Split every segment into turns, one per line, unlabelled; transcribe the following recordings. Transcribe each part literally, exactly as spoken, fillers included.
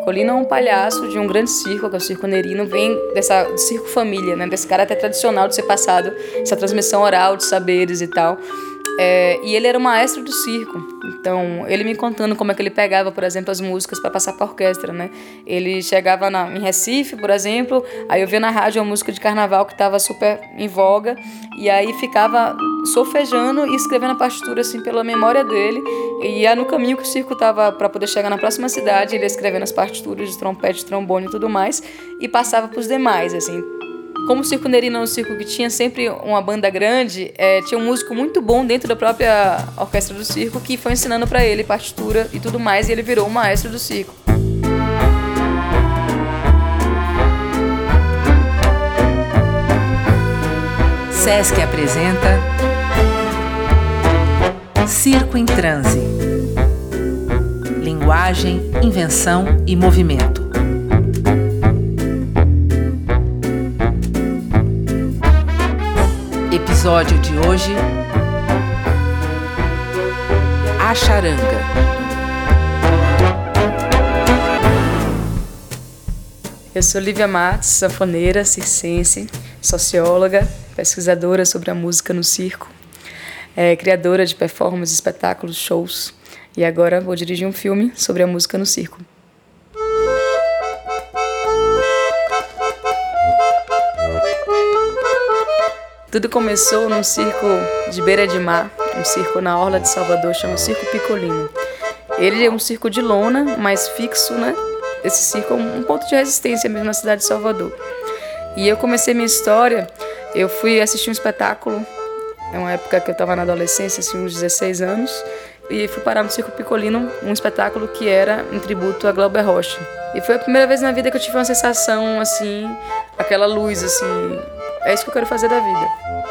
Piccolino é um palhaço de um grande circo, que é o Circo Nerino, vem dessa de circo família, né? Desse caráter tradicional de ser passado, essa transmissão oral de saberes e tal. É, e ele era o maestro do circo, então ele me contando como é que ele pegava, por exemplo, as músicas para passar para orquestra, né? Ele chegava na, em Recife, por exemplo, aí eu via na rádio uma música de carnaval que estava super em voga, e aí ficava solfejando e escrevendo a partitura assim pela memória dele, e ia no caminho que o circo estava para poder chegar na próxima cidade, ele ia escrevendo as partituras de trompete, trombone e tudo mais, e passava para os demais, assim. Como o Circo Nerino é um circo que tinha sempre uma banda grande, é, tinha um músico muito bom dentro da própria orquestra do circo que foi ensinando para ele partitura e tudo mais, e ele virou o maestro do circo.
Sesc apresenta Circo em Transe. Linguagem, invenção e movimento. Episódio de hoje: A Charanga.
Eu sou Lívia Matos, sanfoneira, circense, socióloga, pesquisadora sobre a música no circo, é, criadora de performances, espetáculos, shows, e agora vou dirigir um filme sobre a música no circo. Tudo começou num circo de beira de mar, um circo na orla de Salvador, chama Circo Piccolino. Ele é um circo de lona, mas fixo, né? Esse circo é um ponto de resistência mesmo na cidade de Salvador. E eu comecei minha história, eu fui assistir um espetáculo, é uma época que eu estava na adolescência, assim, uns dezesseis anos, e fui parar no Circo Piccolino, um espetáculo que era em tributo a Glauber Rocha. E foi a primeira vez na vida que eu tive uma sensação, assim, aquela luz, assim, é isso que eu quero fazer da vida.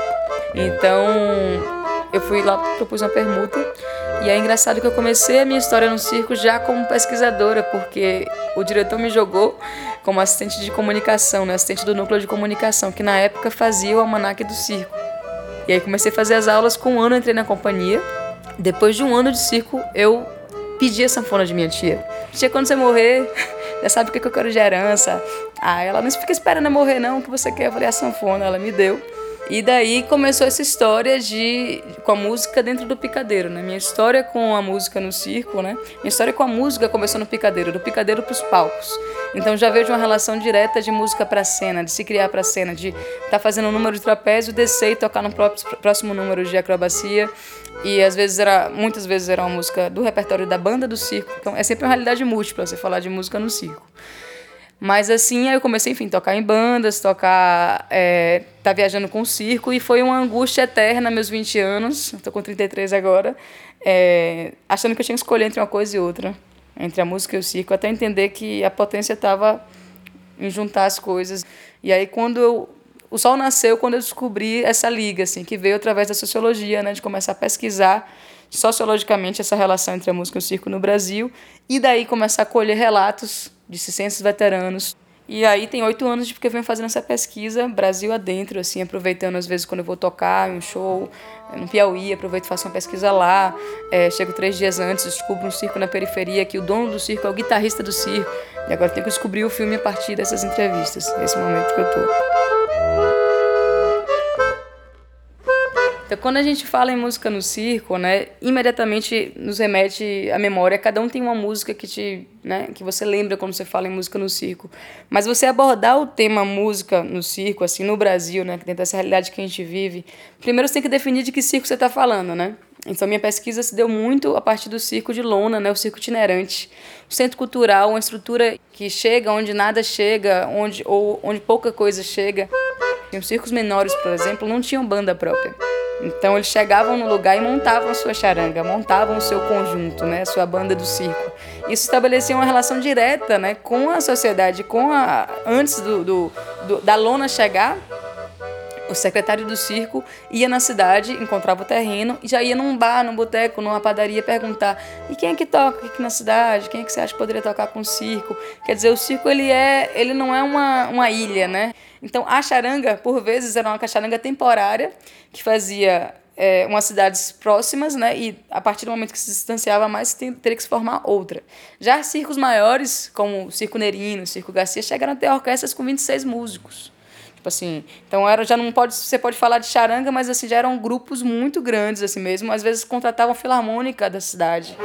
Então, eu fui lá, propus uma permuta, e é engraçado que eu comecei a minha história no circo já como pesquisadora, porque o diretor me jogou como assistente de comunicação, né, assistente do núcleo de comunicação, que na época fazia o almanaque do circo. E aí comecei a fazer as aulas, com um ano entrei na companhia. Depois de um ano de circo, eu pedi a sanfona de minha tia. Tia, quando você morrer, já sabe o que eu quero de herança. Ah, ela não fica esperando eu morrer não, o que você quer? Eu falei, a sanfona, ela me deu. E daí começou essa história de, com a música dentro do picadeiro, né? Minha história com a música no circo, né? Minha história com a música começou no picadeiro, do picadeiro para os palcos. Então já vejo uma relação direta de música para cena, de se criar para cena, de estar tá fazendo um número de trapézio, descer e tocar no próximo número de acrobacia. E às vezes era, muitas vezes era uma música do repertório da banda do circo. Então é sempre uma realidade múltipla você falar de música no circo. Mas assim, aí eu comecei, enfim, a tocar em bandas, tocar, é, tá viajando com o circo, e foi uma angústia eterna, meus vinte anos, estou com trinta e três agora, é, achando que eu tinha que escolher entre uma coisa e outra, entre a música e o circo, até entender que a potência estava em juntar as coisas. E aí, quando eu, o sol nasceu quando eu descobri essa liga, assim, que veio através da sociologia, né, de começar a pesquisar sociologicamente essa relação entre a música e o circo no Brasil, e daí começar a colher relatos de circenses veteranos. E aí tem oito anos de que eu venho fazendo essa pesquisa, Brasil adentro, assim, aproveitando às vezes quando eu vou tocar em um show, no Piauí, aproveito e faço uma pesquisa lá, é, chego três dias antes, descubro um circo na periferia, que o dono do circo é o guitarrista do circo, e agora tenho que descobrir o filme a partir dessas entrevistas, nesse momento que eu tô. Então, quando a gente fala em música no circo, né, imediatamente nos remete à memória. Cada um tem uma música que, te, né, que você lembra quando você fala em música no circo. Mas você abordar o tema música no circo, assim, no Brasil, né, dentro dessa realidade que a gente vive, primeiro você tem que definir de que circo você está falando, né? Então, minha pesquisa se deu muito a partir do circo de lona, né, o circo itinerante. O centro cultural, uma estrutura que chega onde nada chega, onde, ou onde pouca coisa chega. E os circos menores, por exemplo, não tinham banda própria. Então eles chegavam no lugar e montavam a sua charanga, montavam o seu conjunto, né, a sua banda do circo. Isso estabelecia uma relação direta, né, com a sociedade, com a, antes do, do, do, da lona chegar, o secretário do circo ia na cidade, encontrava o terreno e já ia num bar, num boteco, numa padaria perguntar: e quem é que toca aqui na cidade? Quem é que você acha que poderia tocar com o circo? Quer dizer, o circo ele, é, ele não é uma, uma ilha, né? Então a charanga, por vezes, era uma charanga temporária que fazia é, umas cidades próximas, né? E a partir do momento que se distanciava mais, tem, teria que se formar outra. Já circos maiores, como o Circo Nerino, o Circo Garcia, chegaram a ter orquestras com vinte e seis músicos. Tipo assim, então era, já não pode, você pode falar de charanga, mas assim, já eram grupos muito grandes assim mesmo, às vezes contratavam a filarmônica da cidade.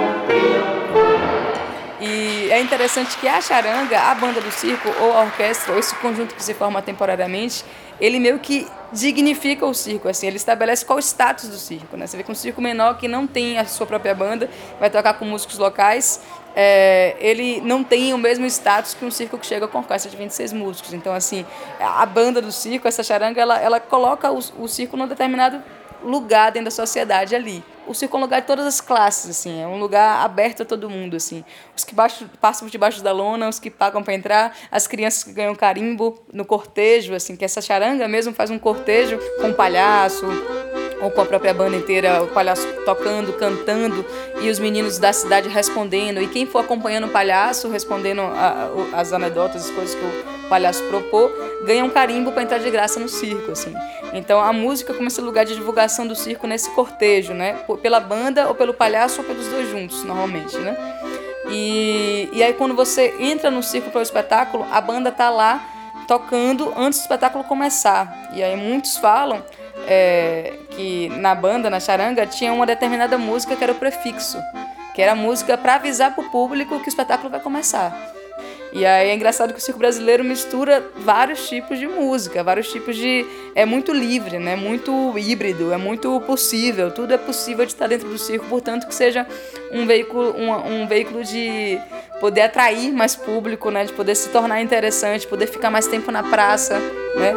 E é interessante que a charanga, a banda do circo, ou a orquestra, ou esse conjunto que se forma temporariamente, ele meio que dignifica o circo, assim, ele estabelece qual é o status do circo, né? Você vê que um circo menor que não tem a sua própria banda, vai tocar com músicos locais, é, ele não tem o mesmo status que um circo que chega com orquestra de vinte e seis músicos. Então, assim, a banda do circo, essa charanga, ela, ela coloca o, o circo num determinado lugar dentro da sociedade ali. O circo é um lugar de todas as classes, assim, é um lugar aberto a todo mundo, assim. Os que baixo, passam debaixo da lona, os que pagam para entrar, as crianças que ganham carimbo no cortejo, assim, que essa charanga mesmo faz um cortejo com um palhaço, ou com a própria banda inteira, o palhaço tocando, cantando, e os meninos da cidade respondendo, e quem for acompanhando o palhaço, respondendo a, a, as anedotas, as coisas que o palhaço propôs, ganha um carimbo para entrar de graça no circo, assim. Então a música como esse lugar de divulgação do circo nesse cortejo, né? Pela banda ou pelo palhaço ou pelos dois juntos, normalmente, né? E, e aí quando você entra no circo para o espetáculo, a banda tá lá tocando antes do espetáculo começar. E aí muitos falam é, que na banda, na charanga, tinha uma determinada música que era o prefixo, que era a música para avisar para o público que o espetáculo vai começar. E aí é engraçado que o circo brasileiro mistura vários tipos de música, vários tipos de... É muito livre, né? Muito híbrido, é muito possível. Tudo é possível de estar dentro do circo, portanto que seja um veículo, um, um veículo de poder atrair mais público, né? De poder se tornar interessante, poder ficar mais tempo na praça, né?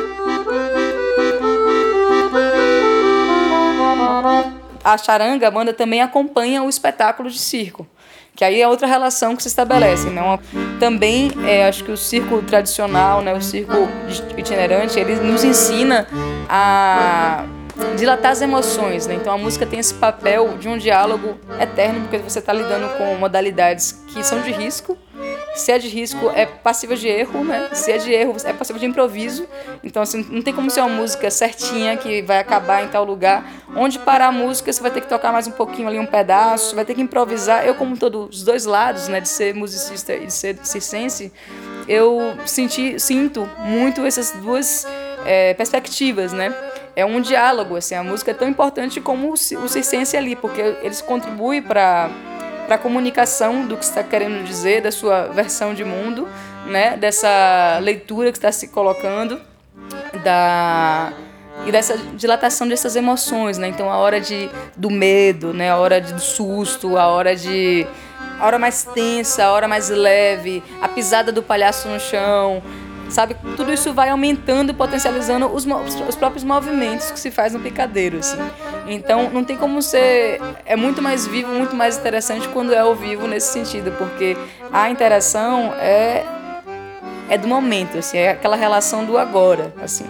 A charanga, a banda também acompanha o espetáculo de circo. Que aí é outra relação que se estabelece, né? Uma, também, é, acho que o circo tradicional, né, o circo itinerante, ele nos ensina a dilatar as emoções, né? Então a música tem esse papel de um diálogo eterno, porque você está lidando com modalidades que são de risco. Se é de risco, é passível de erro, né? Se é de erro, é passível de improviso. Então, assim, não tem como ser uma música certinha que vai acabar em tal lugar. Onde parar a música, você vai ter que tocar mais um pouquinho ali, um pedaço, você vai ter que improvisar. Eu, como todos os dois lados, né, de ser musicista e de ser circense, eu senti, sinto muito essas duas é, perspectivas, né? É um diálogo, assim, a música é tão importante como o circense ali, porque eles contribuem para para a comunicação do que você está querendo dizer, da sua versão de mundo, né? Dessa leitura que está se colocando, da... e dessa dilatação dessas emoções, né? Então a hora de, do medo, né? A hora de, do susto, a hora de... a hora mais tensa, a hora mais leve, a pisada do palhaço no chão, sabe? Tudo isso vai aumentando e potencializando os, os próprios movimentos que se faz no picadeiro, assim. Então, não tem como ser... É muito mais vivo, muito mais interessante quando é ao vivo nesse sentido, porque a interação é, é do momento, assim, é aquela relação do agora, assim.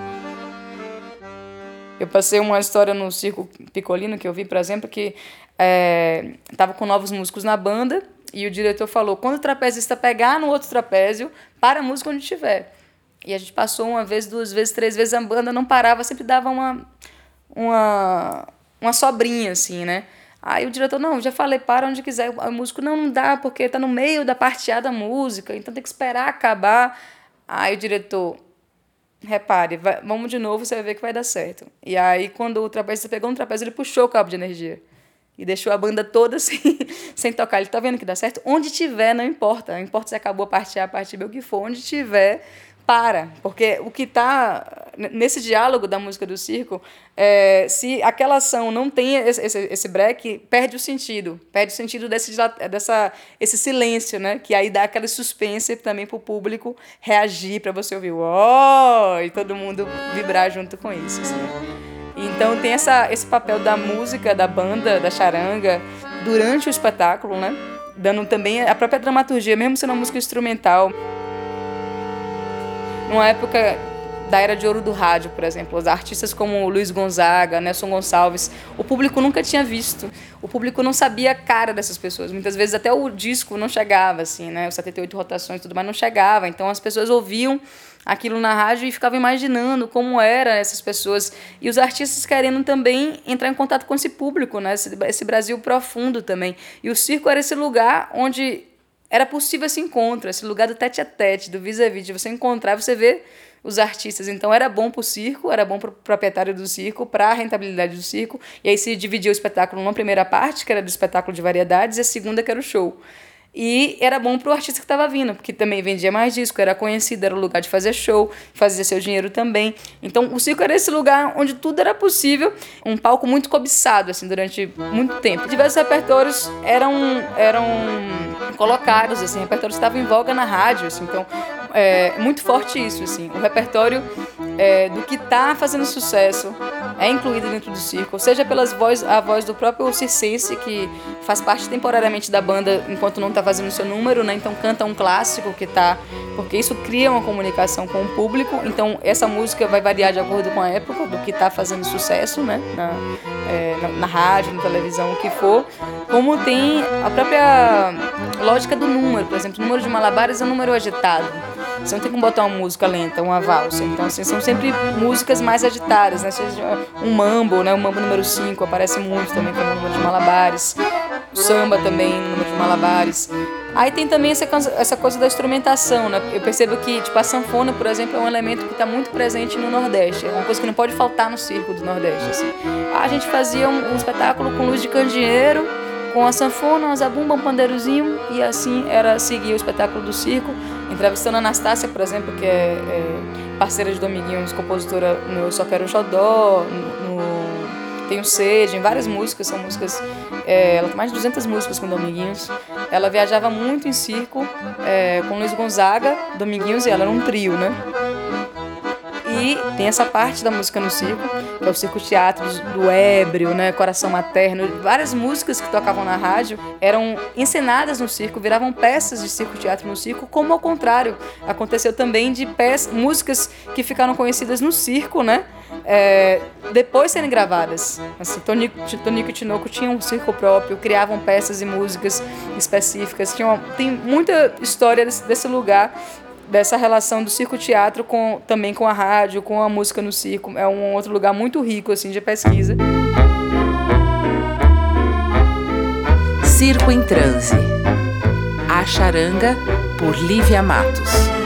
Eu passei uma história no Circo Piccolino, que eu vi, por exemplo, que estava é, com novos músicos na banda e o diretor falou, quando o trapezista pegar no outro trapézio, para a música onde estiver. E a gente passou uma vez, duas vezes, três vezes, a banda não parava, sempre dava uma, uma, uma sobrinha, assim, né? Aí o diretor, não, já falei, para onde quiser. O músico, não, não dá, porque tá no meio da parte A da música, então tem que esperar acabar. Aí o diretor, repare, vai, vamos de novo, você vai ver que vai dar certo. E aí, quando o trapezista pegou um trapézio, ele puxou o cabo de energia. E deixou a banda toda sem, sem tocar. Ele tá vendo que dá certo? Onde tiver, não importa. Não importa se acabou a parte A, a parte B, o que for. Onde tiver, para. Porque o que está nesse diálogo da música do circo, é, se aquela ação não tem esse, esse, esse break, perde o sentido. Perde o sentido desse, dessa, esse silêncio, né? Que aí dá aquele suspense também para o público reagir, para você ouvir oh! E todo mundo vibrar junto com isso. Assim. Então tem essa, esse papel da música, da banda, da charanga, durante o espetáculo, né? Dando também a própria dramaturgia, mesmo sendo uma música instrumental. Numa época da era de ouro do rádio, por exemplo, os artistas como Luiz Gonzaga, Nelson Gonçalves, o público nunca tinha visto, o público não sabia a cara dessas pessoas, muitas vezes até o disco não chegava, assim, né, os setenta e oito rotações e tudo mais não chegava, então as pessoas ouviam aquilo na rádio e ficava imaginando como eram essas pessoas. E os artistas querendo também entrar em contato com esse público, né? Esse, esse Brasil profundo também. E o circo era esse lugar onde era possível esse encontro, esse lugar do tete-a-tete, do vis-a-vis, de você encontrar, você ver os artistas. Então era bom para o circo, era bom para o proprietário do circo, para a rentabilidade do circo. E aí se dividia o espetáculo numa primeira parte, que era do espetáculo de variedades, e a segunda, que era o show. E era bom para o artista que estava vindo, porque também vendia mais disco, era conhecido, era o lugar de fazer show, fazia seu dinheiro também. Então o circo era esse lugar onde tudo era possível, um palco muito cobiçado assim, durante muito tempo. Diversos repertórios eram, eram colocados, assim, repertórios estavam em voga na rádio, assim, então é muito forte isso, assim, o repertório é, do que está fazendo sucesso é incluído dentro do circo, seja pelas voz, a voz do próprio circense, que faz parte temporariamente da banda enquanto não está fazendo o seu número, né? Então canta um clássico que tá, porque isso cria uma comunicação com o público, então essa música vai variar de acordo com a época do que está fazendo sucesso, né? Na, é, na, na rádio, na televisão, o que for, como tem a própria lógica do número, por exemplo, o número de Malabares é um número agitado. Você não tem como botar uma música lenta, uma valsa. Então, assim, são sempre músicas mais agitadas, né? Seja um mambo, né? O mambo número cinco aparece muito também como número de Malabares. O samba também, número de Malabares. Aí tem também essa, essa coisa da instrumentação, né? Eu percebo que, tipo, a sanfona, por exemplo, é um elemento que está muito presente no Nordeste. É uma coisa que não pode faltar no circo do Nordeste, assim. A gente fazia um, um espetáculo com luz de candeeiro, com a sanfona, uma zabumba, um pandeirozinho, e assim era seguir o espetáculo do circo, entrevistando a Anastácia, por exemplo, que é, é parceira de Dominguinhos, compositora no Eu Só Quero Xodó, no, no Tenho Sede, em várias músicas, são músicas, é, ela tem mais de duzentas músicas com Dominguinhos. Ela viajava muito em circo, é, com Luiz Gonzaga, Dominguinhos e ela, era um trio, né? E tem essa parte da música no circo, que é o circo-teatro do Ébrio, né, Coração Materno. Várias músicas que tocavam na rádio eram encenadas no circo, viravam peças de circo-teatro no circo, como ao contrário, aconteceu também de peças, músicas que ficaram conhecidas no circo, né, é, depois serem gravadas. Assim, Tonico, Tonico e Tinoco tinham um circo próprio, criavam peças e músicas específicas. Tinham, tem muita história desse, desse lugar, dessa relação do circo-teatro com, também com a rádio, com a música no circo. É um outro lugar muito rico assim, de pesquisa.
Circo em Transe. A Charanga, por Lívia Matos.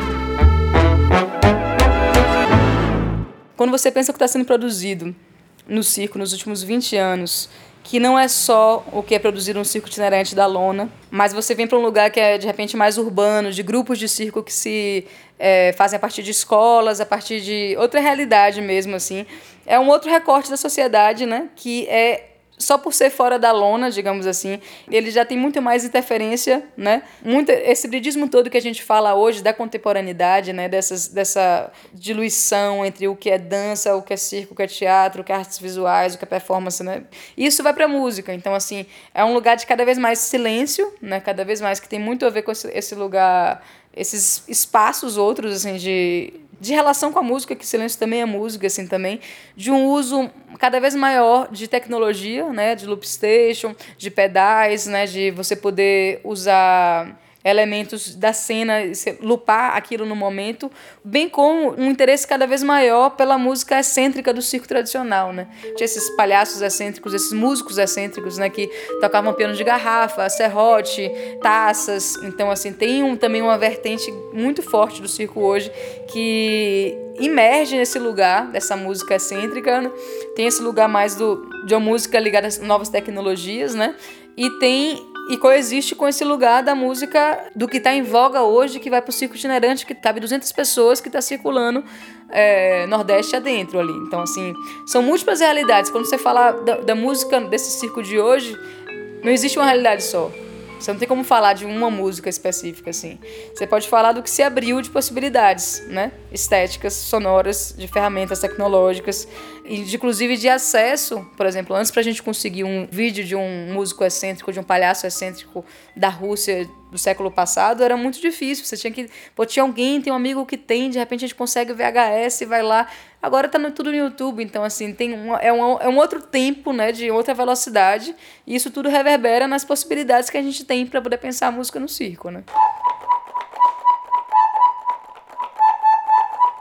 Quando você pensa o que está sendo produzido no circo nos últimos vinte anos, que não é só o que é produzido no circo itinerante da lona, mas você vem para um lugar que é, de repente, mais urbano, de grupos de circo que se é, fazem a partir de escolas, a partir de outra realidade mesmo, assim. É um outro recorte da sociedade, né, que é, só por ser fora da lona, digamos assim, ele já tem muito mais interferência, né? Muito, esse hibridismo todo que a gente fala hoje da contemporaneidade, né? Dessas, dessa diluição entre o que é dança, o que é circo, o que é teatro, o que é artes visuais, o que é performance, né? Isso vai para a música. Então, assim, é um lugar de cada vez mais silêncio, né? Cada vez mais que tem muito a ver com esse, esse lugar, esses espaços outros, assim, de... de relação com a música, que silêncio também é música, assim, também, de um uso cada vez maior de tecnologia, né, de loop station, de pedais, né, de você poder usar elementos da cena, lupar aquilo no momento, bem como um interesse cada vez maior pela música excêntrica do circo tradicional, né? Tinha esses palhaços excêntricos, esses músicos excêntricos, né, que tocavam piano de garrafa, serrote, taças. Então, assim, tem um, também uma vertente muito forte do circo hoje que emerge nesse lugar dessa música excêntrica, né? Tem esse lugar mais do, de uma música ligada às novas tecnologias, né? E tem e coexiste com esse lugar da música do que está em voga hoje, que vai para o circo itinerante, que cabe duzentas pessoas, que está circulando é, Nordeste adentro ali. Então, assim, são múltiplas realidades. Quando você fala da, da música desse circo de hoje, não existe uma realidade só. Você não tem como falar de uma música específica, assim. Você pode falar do que se abriu de possibilidades, né? Estéticas, sonoras, de ferramentas tecnológicas, e de, inclusive de acesso. Por exemplo, antes pra gente conseguir um vídeo de um músico excêntrico, de um palhaço excêntrico da Rússia do século passado, era muito difícil. Você tinha que... Pô, tinha alguém, tem um amigo que tem, de repente a gente consegue o V H S e vai lá. Agora tá no, tudo no YouTube, então assim, tem uma, é, um, é um outro tempo, né, de outra velocidade, e isso tudo reverbera nas possibilidades que a gente tem para poder pensar a música no circo, né?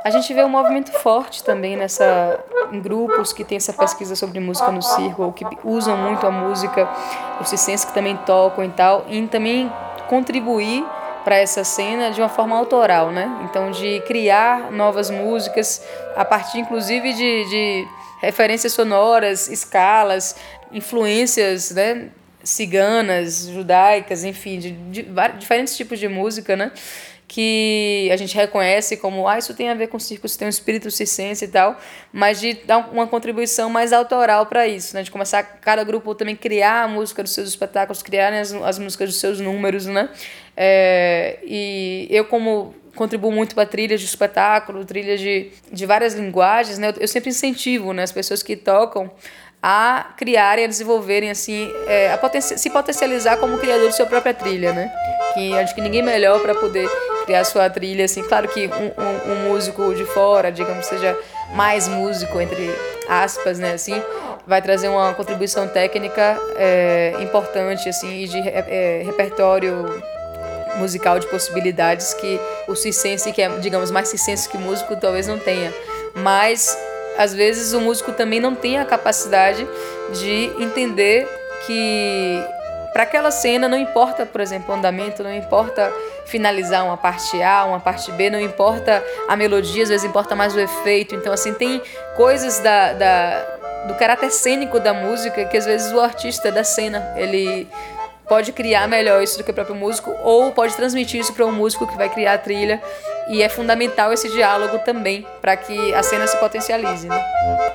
A gente vê um movimento forte também nessa, em grupos que tem essa pesquisa sobre música no circo, ou que usam muito a música, os circenses que também tocam e tal, e também contribuir para essa cena de uma forma autoral, né? Então, de criar novas músicas a partir, inclusive, de, de referências sonoras, escalas, influências, né, ciganas, judaicas, enfim, de, de, de diferentes tipos de música, né? Que a gente reconhece como, ah, isso tem a ver com circo, isso tem um espírito circense e tal, mas de dar uma contribuição mais autoral para isso, né? De começar cada grupo também criar a música dos seus espetáculos, criarem as, as músicas dos seus números, né? É, e eu, como contribuo muito para trilhas de espetáculo, trilhas de, de várias linguagens, né? Eu, eu sempre incentivo, né, as pessoas que tocam a criarem, a desenvolverem, assim, é, a poten- se potencializar como criador de sua própria trilha, né? Que acho que ninguém melhor para poder criar sua trilha, assim. Claro que um, um, um músico de fora, digamos, seja mais músico, entre aspas, né, assim, vai trazer uma contribuição técnica é, importante, assim, e de é, repertório musical de possibilidades que o circense, que é, digamos, mais circense que músico, talvez não tenha. Mas às vezes o músico também não tem a capacidade de entender que para aquela cena não importa, por exemplo, o andamento, não importa finalizar uma parte A, uma parte B, não importa a melodia, às vezes importa mais o efeito. Então, assim, tem coisas da, da, do caráter cênico da música que às vezes o artista da cena, ele pode criar melhor isso do que o próprio músico, ou pode transmitir isso para um músico que vai criar a trilha. E é fundamental esse diálogo também, para que a cena se potencialize, né?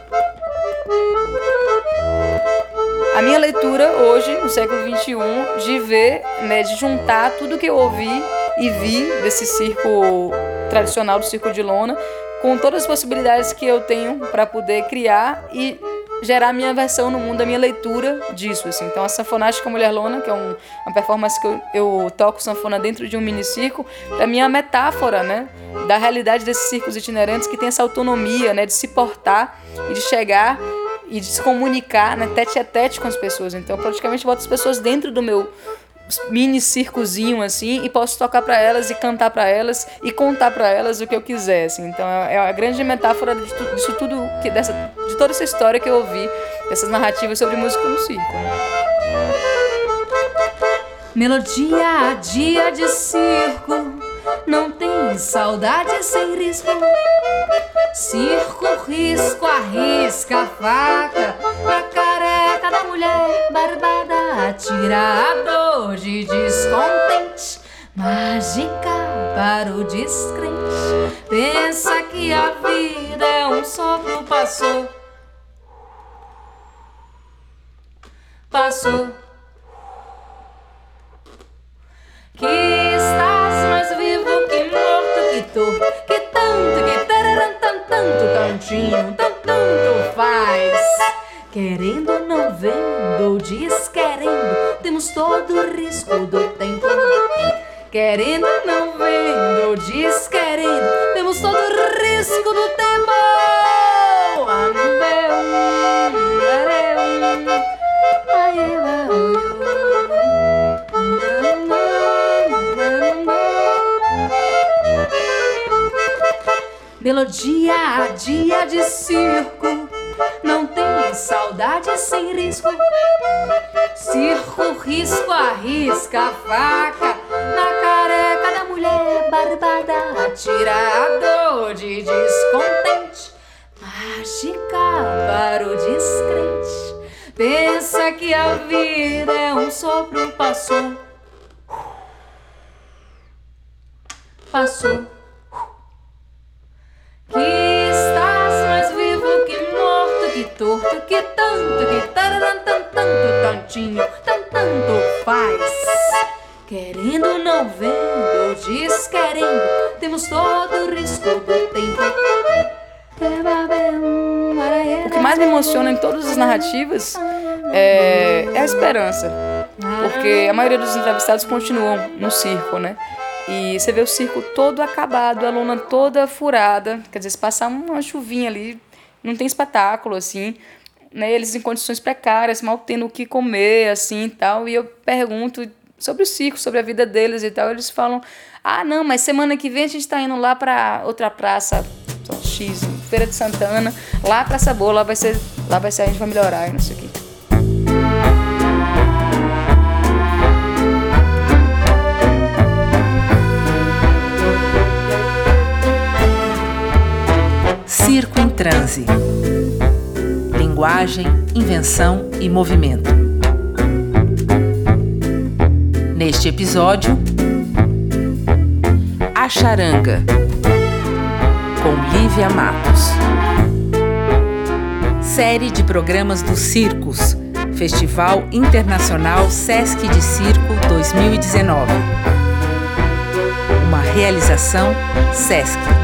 A minha leitura hoje, no século vinte e um, de ver, né, de juntar tudo que eu ouvi e vi desse circo tradicional, do circo de lona, com todas as possibilidades que eu tenho para poder criar e gerar a minha versão no mundo, a minha leitura disso, assim. Então, a Sanfonástica Mulher Lona, que é um, uma performance que eu, eu toco sanfona dentro de um minicirco, para mim é uma metáfora, né, da realidade desses circos itinerantes que tem essa autonomia, né, de se portar e de chegar e de se comunicar, né, tete a tete com as pessoas. Então, eu praticamente boto as pessoas dentro do meu mini circozinho, assim, e posso tocar para elas e cantar para elas e contar para elas o que eu quiser, assim. Então é a grande metáfora de tu, disso tudo, que, dessa, de toda essa história que eu ouvi, essas narrativas sobre música no circo.
Melodia a dia de circo, não tem saudade sem risco. Circo, risco, arrisca a faca na careca da mulher barbada, atira a dor de descontente, mágica para o descrente. Pensa que a vida é um sopro, passou, passou. Que estás mais vivo que morto, que torto, que tanto, que tararam, tanto, tanto, tantinho, tanto, tanto faz. Querendo, não vendo, desquerendo, temos todo o risco do tempo. Querendo, não vendo, desquerendo, temos todo o risco do tempo. Melodia a dia de circo, não tem saudade sem risco. Circo, risco, arrisca a faca na careca da mulher barbada, atira a dor de descontente, mágica para o descrente. Pensa que a vida é um sopro, passou, passou. Que estás mais vivo que morto, que torto, que tanto, que tararam, tanto, tanto, tantinho, tanto, tanto faz. Querendo, não vendo, desquerendo, temos todo o risco do tempo.
O que mais me emociona em todas as narrativas é, é a esperança, porque a maioria dos entrevistados continuam no circo, né? E você vê o circo todo acabado, a lona toda furada, quer dizer, se passar uma chuvinha ali, não tem espetáculo, assim, né? Eles em condições precárias, mal tendo o que comer, assim, e tal, e eu pergunto sobre o circo, sobre a vida deles e tal, eles falam, ah, não, mas semana que vem a gente tá indo lá pra outra praça, X, Feira de Santana, lá Praça Boa, lá vai ser, lá vai ser, a gente vai melhorar e não sei o quê.
Circo em transe. Linguagem, invenção e movimento. Neste episódio, A Charanga, com Lívia Matos. Série de programas do Circos, Festival Internacional Sesc de Circo dois mil e dezenove. Uma realização Sesc.